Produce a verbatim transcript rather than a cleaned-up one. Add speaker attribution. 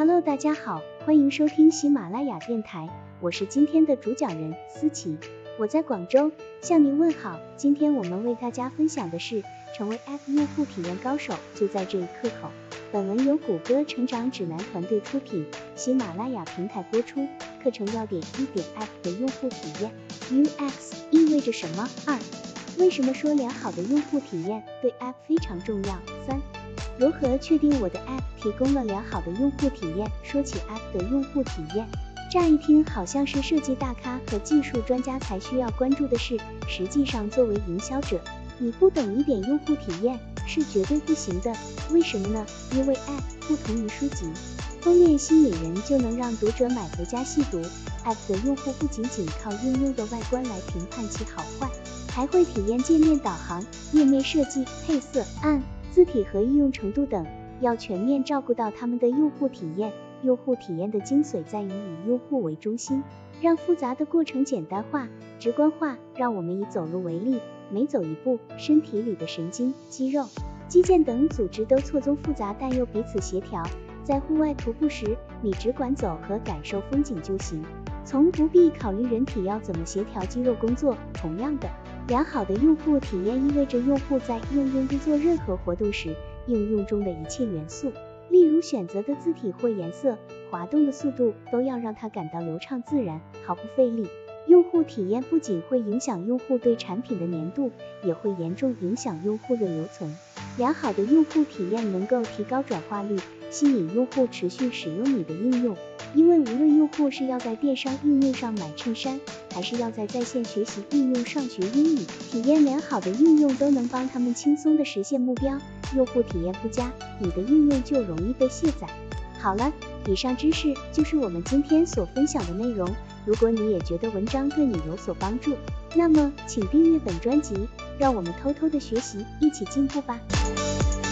Speaker 1: Hello， 大家好，欢迎收听喜马拉雅电台，我是今天的主讲人思琪，我在广州向您问好。今天我们为大家分享的是成为 App 用户体验高手，就在这一刻口。本文由谷歌成长指南团队出品，喜马拉雅平台播出。课程要点一点 App 的用户体验 U X 意味着什么？二、为什么说良好的用户体验对 App 非常重要？三、如何确定我的 App 提供了良好的用户体验？说起 App 的用户体验，乍一听好像是设计大咖和技术专家才需要关注的事，实际上作为营销者，你不懂一点用户体验是绝对不行的。为什么呢？因为 App 不同于书籍，封面吸引人就能让读者买回家细读。App 的用户不仅仅靠应用的外观来评判其好坏，还会体验界面导航、页面设计、配色、按字体和易用程度等，要全面照顾到他们的用户体验。用户体验的精髓在于以用户为中心，让复杂的过程简单化、直观化。让我们以走路为例，每走一步，身体里的神经、肌肉、肌腱等组织都错综复杂，但又彼此协调。在户外徒步时，你只管走和感受风景就行，从不必考虑人体要怎么协调肌肉工作。同样的，良好的用户体验意味着用户在应用中做任何活动时，应用中的一切元素，例如选择的字体或颜色、滑动的速度，都要让它感到流畅自然，毫不费力。用户体验不仅会影响用户对产品的粘度，也会严重影响用户的留存。良好的用户体验能够提高转化率，吸引用户持续使用你的应用。因为无论用户是要在电商应用上买衬衫，还是要在在线学习应用上学英语，体验良好的应用都能帮他们轻松地实现目标。用户体验不佳，你的应用就容易被卸载。好了，以上知识就是我们今天所分享的内容。如果你也觉得文章对你有所帮助，那么请订阅本专辑，让我们偷偷的学习，一起进步吧。